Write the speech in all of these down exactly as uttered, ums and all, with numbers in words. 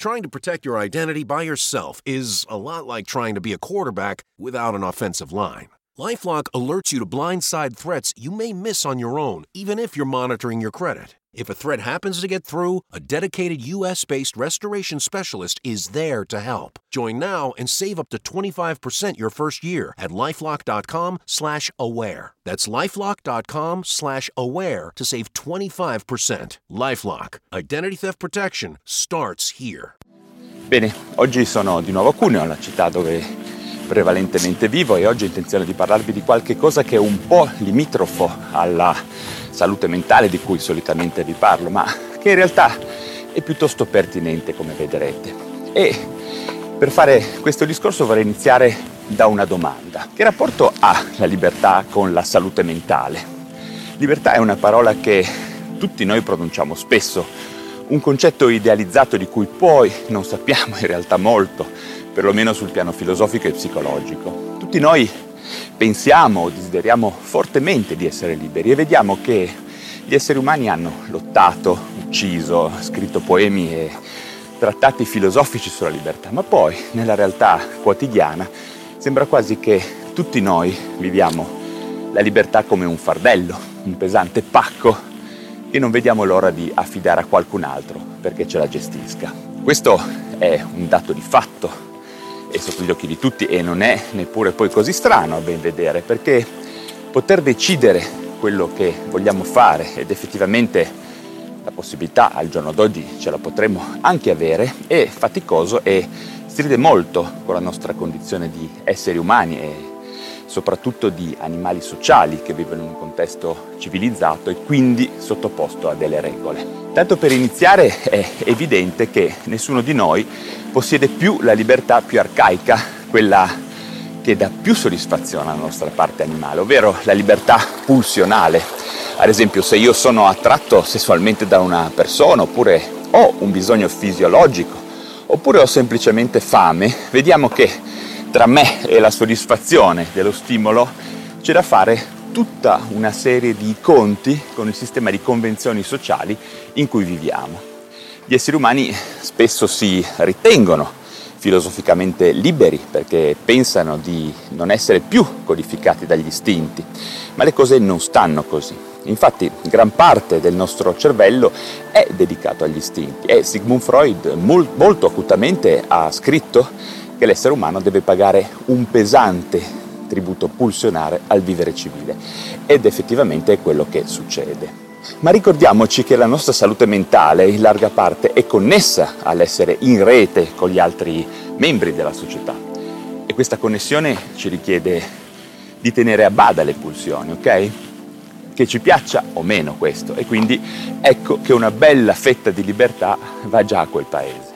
Trying to protect your identity by yourself is a lot like trying to be a quarterback without an offensive line. LifeLock alerts you to blindside threats you may miss on your own, even if you're monitoring your credit. If a threat happens to get through, a dedicated U S-based restoration specialist is there to help. Join now and save up to twenty-five percent your first year at LifeLock.com slash aware. That's LifeLock.com slash aware to save twenty-five percent. LifeLock. Identity theft protection starts here. Bene, oggi sono di nuovo a Cuneo, la città dove prevalentemente vivo, e oggi ho intenzione di parlarvi di qualche cosa che è un po' limitrofo alla salute mentale di cui solitamente vi parlo, ma che in realtà è piuttosto pertinente, come vedrete. E per fare questo discorso vorrei iniziare da una domanda. Che rapporto ha la libertà con la salute mentale? Libertà è una parola che tutti noi pronunciamo spesso, un concetto idealizzato di cui poi non sappiamo in realtà molto, perlomeno sul piano filosofico e psicologico. Tutti noi pensiamo o desideriamo fortemente di essere liberi e vediamo che gli esseri umani hanno lottato, ucciso, scritto poemi e trattati filosofici sulla libertà, ma poi nella realtà quotidiana sembra quasi che tutti noi viviamo la libertà come un fardello, un pesante pacco che non vediamo l'ora di affidare a qualcun altro perché ce la gestisca. Questo è un dato di fatto, è sotto gli occhi di tutti, e non è neppure poi così strano a ben vedere, perché poter decidere quello che vogliamo fare, ed effettivamente la possibilità al giorno d'oggi ce la potremmo anche avere, è faticoso e stride molto con la nostra condizione di esseri umani e soprattutto di animali sociali che vivono in un contesto civilizzato e quindi sottoposto a delle regole. Tanto per iniziare è evidente che nessuno di noi possiede più la libertà più arcaica, quella che dà più soddisfazione alla nostra parte animale, ovvero la libertà pulsionale. Ad esempio, se io sono attratto sessualmente da una persona, oppure ho un bisogno fisiologico, oppure ho semplicemente fame, vediamo che tra me e la soddisfazione dello stimolo c'è da fare tutta una serie di conti con il sistema di convenzioni sociali in cui viviamo. Gli esseri umani spesso si ritengono filosoficamente liberi perché pensano di non essere più codificati dagli istinti, ma le cose non stanno così. Infatti, gran parte del nostro cervello è dedicato agli istinti e Sigmund Freud mol- molto acutamente ha scritto che l'essere umano deve pagare un pesante tributo pulsionale al vivere civile, ed effettivamente è quello che succede. Ma ricordiamoci che la nostra salute mentale in larga parte è connessa all'essere in rete con gli altri membri della società, e questa connessione ci richiede di tenere a bada le pulsioni, ok? Che ci piaccia o meno questo, e quindi ecco che una bella fetta di libertà va già a quel paese.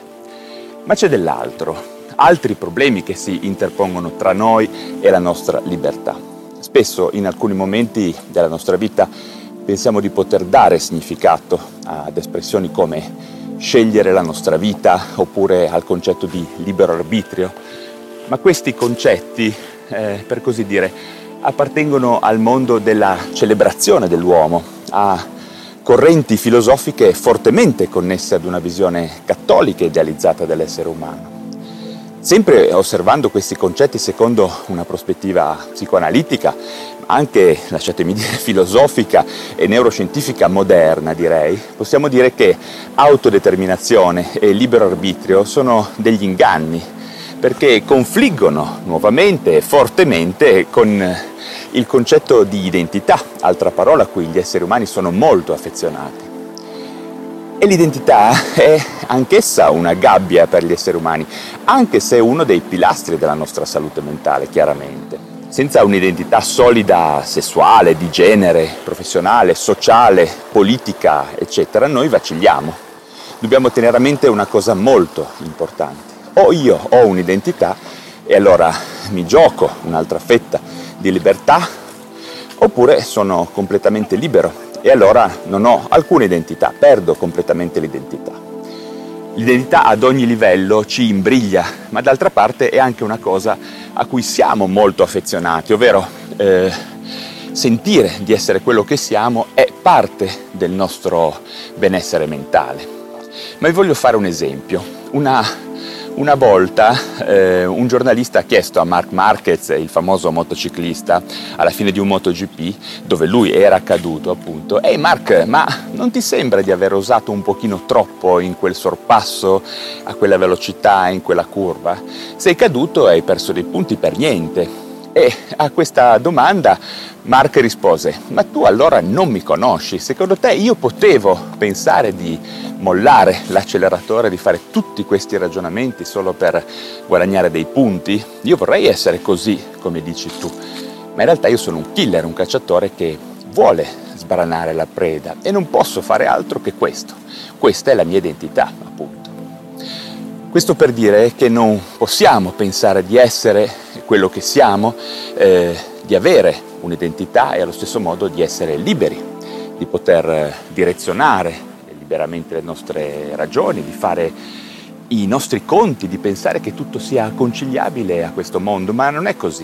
Ma c'è dell'altro. Altri problemi che si interpongono tra noi e la nostra libertà. Spesso in alcuni momenti della nostra vita pensiamo di poter dare significato ad espressioni come scegliere la nostra vita oppure al concetto di libero arbitrio, ma questi concetti, eh, per così dire, appartengono al mondo della celebrazione dell'uomo, a correnti filosofiche fortemente connesse ad una visione cattolica idealizzata dell'essere umano. Sempre osservando questi concetti secondo una prospettiva psicoanalitica, anche, lasciatemi dire, filosofica e neuroscientifica moderna, direi, possiamo dire che autodeterminazione e libero arbitrio sono degli inganni, perché confliggono nuovamente e fortemente con il concetto di identità, altra parola a cui gli esseri umani sono molto affezionati. E l'identità è anch'essa una gabbia per gli esseri umani, anche se è uno dei pilastri della nostra salute mentale, chiaramente. Senza un'identità solida, sessuale, di genere, professionale, sociale, politica, eccetera, noi vacilliamo. Dobbiamo tenere a mente una cosa molto importante. O io ho un'identità e allora mi gioco un'altra fetta di libertà, oppure sono completamente libero e allora non ho alcuna identità, perdo completamente l'identità. L'identità ad ogni livello ci imbriglia, ma d'altra parte è anche una cosa a cui siamo molto affezionati, ovvero eh, sentire di essere quello che siamo è parte del nostro benessere mentale. Ma vi voglio fare un esempio. Una, una volta eh, un giornalista ha chiesto a Marc Marquez, il famoso motociclista, alla fine di un MotoGP, dove lui era caduto appunto: «Ehi Marc, ma non ti sembra di aver osato un pochino troppo in quel sorpasso, a quella velocità, in quella curva? Sei caduto e hai perso dei punti per niente». E a questa domanda Marc rispose: «Ma tu allora non mi conosci? Secondo te io potevo pensare di mollare l'acceleratore, di fare tutti questi ragionamenti solo per guadagnare dei punti? Io vorrei essere così, come dici tu, ma in realtà io sono un killer, un cacciatore che vuole sbranare la preda e non posso fare altro che questo. Questa è la mia identità, appunto». Questo per dire che non possiamo pensare di essere quello che siamo, eh, di avere un'identità e allo stesso modo di essere liberi, di poter direzionare liberamente le nostre ragioni, di fare i nostri conti, di pensare che tutto sia conciliabile a questo mondo, ma non è così.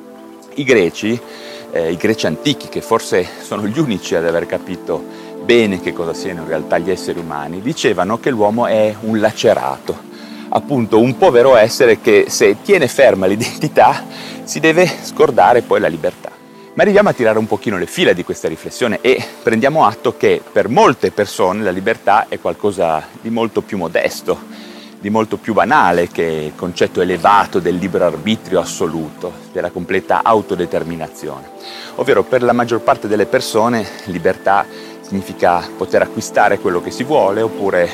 I greci, eh, i greci antichi, che forse sono gli unici ad aver capito bene che cosa siano in realtà gli esseri umani, dicevano che l'uomo è un lacerato, appunto un povero essere che, se tiene ferma l'identità, si deve scordare poi la libertà. Ma arriviamo a tirare un pochino le fila di questa riflessione e prendiamo atto che per molte persone la libertà è qualcosa di molto più modesto, di molto più banale che il concetto elevato del libero arbitrio assoluto, della completa autodeterminazione. Ovvero, per la maggior parte delle persone libertà significa poter acquistare quello che si vuole, oppure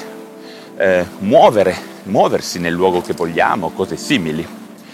eh, muovere muoversi nel luogo che vogliamo, cose simili.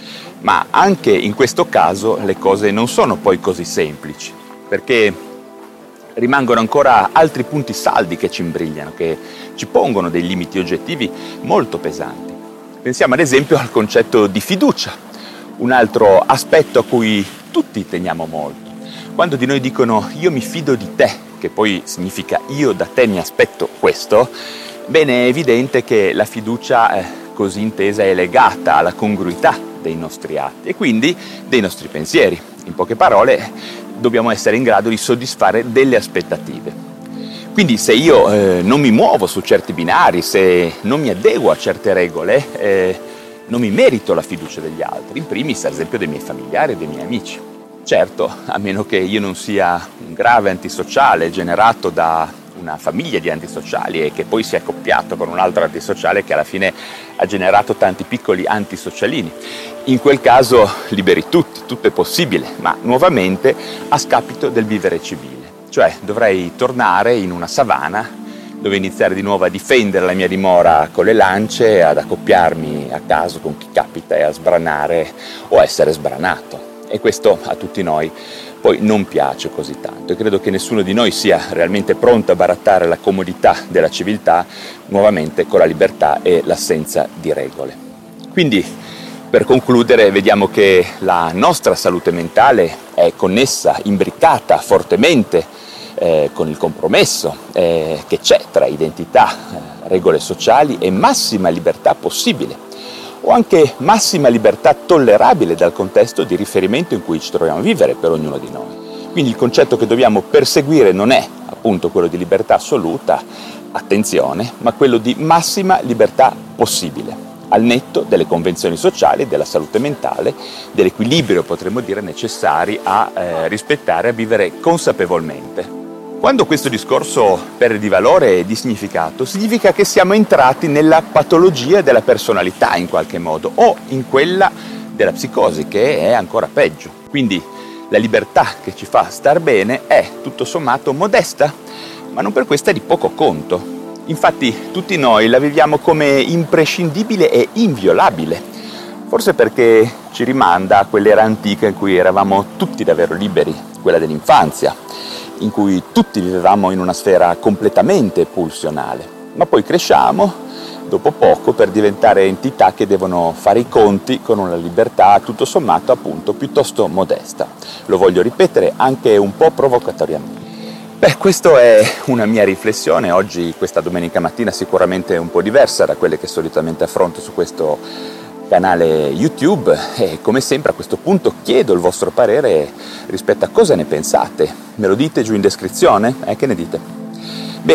Ma anche in questo caso le cose non sono poi così semplici, perché rimangono ancora altri punti saldi che ci imbrigliano, che ci pongono dei limiti oggettivi molto pesanti. Pensiamo ad esempio al concetto di fiducia, un altro aspetto a cui tutti teniamo molto. Quando di noi dicono «io mi fido di te», che poi significa «io da te mi aspetto questo», bene, è evidente che la fiducia eh, così intesa è legata alla congruità dei nostri atti e quindi dei nostri pensieri. In poche parole, dobbiamo essere in grado di soddisfare delle aspettative. Quindi se io eh, non mi muovo su certi binari, se non mi adeguo a certe regole, eh, non mi merito la fiducia degli altri, in primis ad esempio dei miei familiari e dei miei amici. Certo, a meno che io non sia un grave antisociale generato da una famiglia di antisociali e che poi si è accoppiato con un altro antisociale che alla fine ha generato tanti piccoli antisocialini. In quel caso liberi tutti, tutto è possibile, ma nuovamente a scapito del vivere civile. Cioè dovrei tornare in una savana dove iniziare di nuovo a difendere la mia dimora con le lance, ad accoppiarmi a caso con chi capita e a sbranare o a essere sbranato. E questo a tutti noi poi non piace così tanto e credo che nessuno di noi sia realmente pronto a barattare la comodità della civiltà nuovamente con la libertà e l'assenza di regole. Quindi, per concludere, vediamo che la nostra salute mentale è connessa, imbriccata fortemente eh, con il compromesso eh, che c'è tra identità, eh, regole sociali e massima libertà possibile, o anche massima libertà tollerabile dal contesto di riferimento in cui ci troviamo a vivere per ognuno di noi. Quindi il concetto che dobbiamo perseguire non è appunto quello di libertà assoluta, attenzione, ma quello di massima libertà possibile, al netto delle convenzioni sociali, della salute mentale, dell'equilibrio, potremmo dire, necessari a eh, rispettare e a vivere consapevolmente. Quando questo discorso perde di valore e di significato, significa che siamo entrati nella patologia della personalità in qualche modo, o in quella della psicosi, che è ancora peggio. Quindi la libertà che ci fa star bene è, tutto sommato, modesta, ma non per questo è di poco conto. Infatti tutti noi la viviamo come imprescindibile e inviolabile, forse perché ci rimanda a quell'era antica in cui eravamo tutti davvero liberi, quella dell'infanzia, in cui tutti vivevamo in una sfera completamente pulsionale, ma poi cresciamo dopo poco per diventare entità che devono fare i conti con una libertà tutto sommato appunto piuttosto modesta. Lo voglio ripetere anche un po' provocatoriamente. Beh, questa è una mia riflessione. Oggi, questa domenica mattina, sicuramente un po' diversa da quelle che solitamente affronto su questo canale YouTube, e come sempre a questo punto chiedo il vostro parere rispetto a cosa ne pensate. Me lo dite giù in descrizione? Eh, che ne dite? Bene,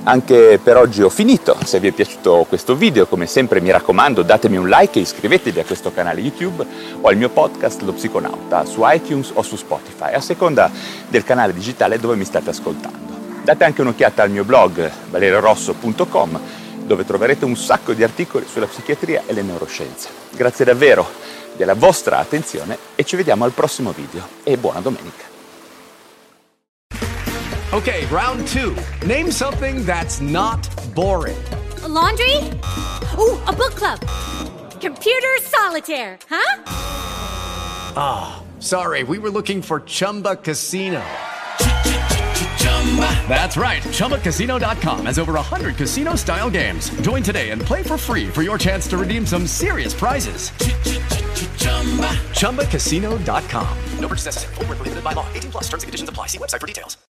Anche per oggi ho finito. Se vi è piaciuto questo video, come sempre mi raccomando, datemi un like e iscrivetevi a questo canale YouTube o al mio podcast Lo Psiconauta su iTunes o su Spotify, a seconda del canale digitale dove mi state ascoltando. Date anche un'occhiata al mio blog valerio rosso punto com, dove troverete un sacco di articoli sulla psichiatria e le neuroscienze. Grazie davvero della vostra attenzione e ci vediamo al prossimo video. E buona domenica. Okay, round two. Name something that's not boring. A laundry? Ooh, a book club. Computer solitaire, huh? Ah, oh, sorry, we were looking for Chumba Casino. That's right, Chumba Casino dot com has over one hundred casino-style games. Join today and play for free for your chance to redeem some serious prizes. Chumba Casino dot com. No purchase necessary. Void where prohibited by law. eighteen plus terms and conditions apply. See website for details.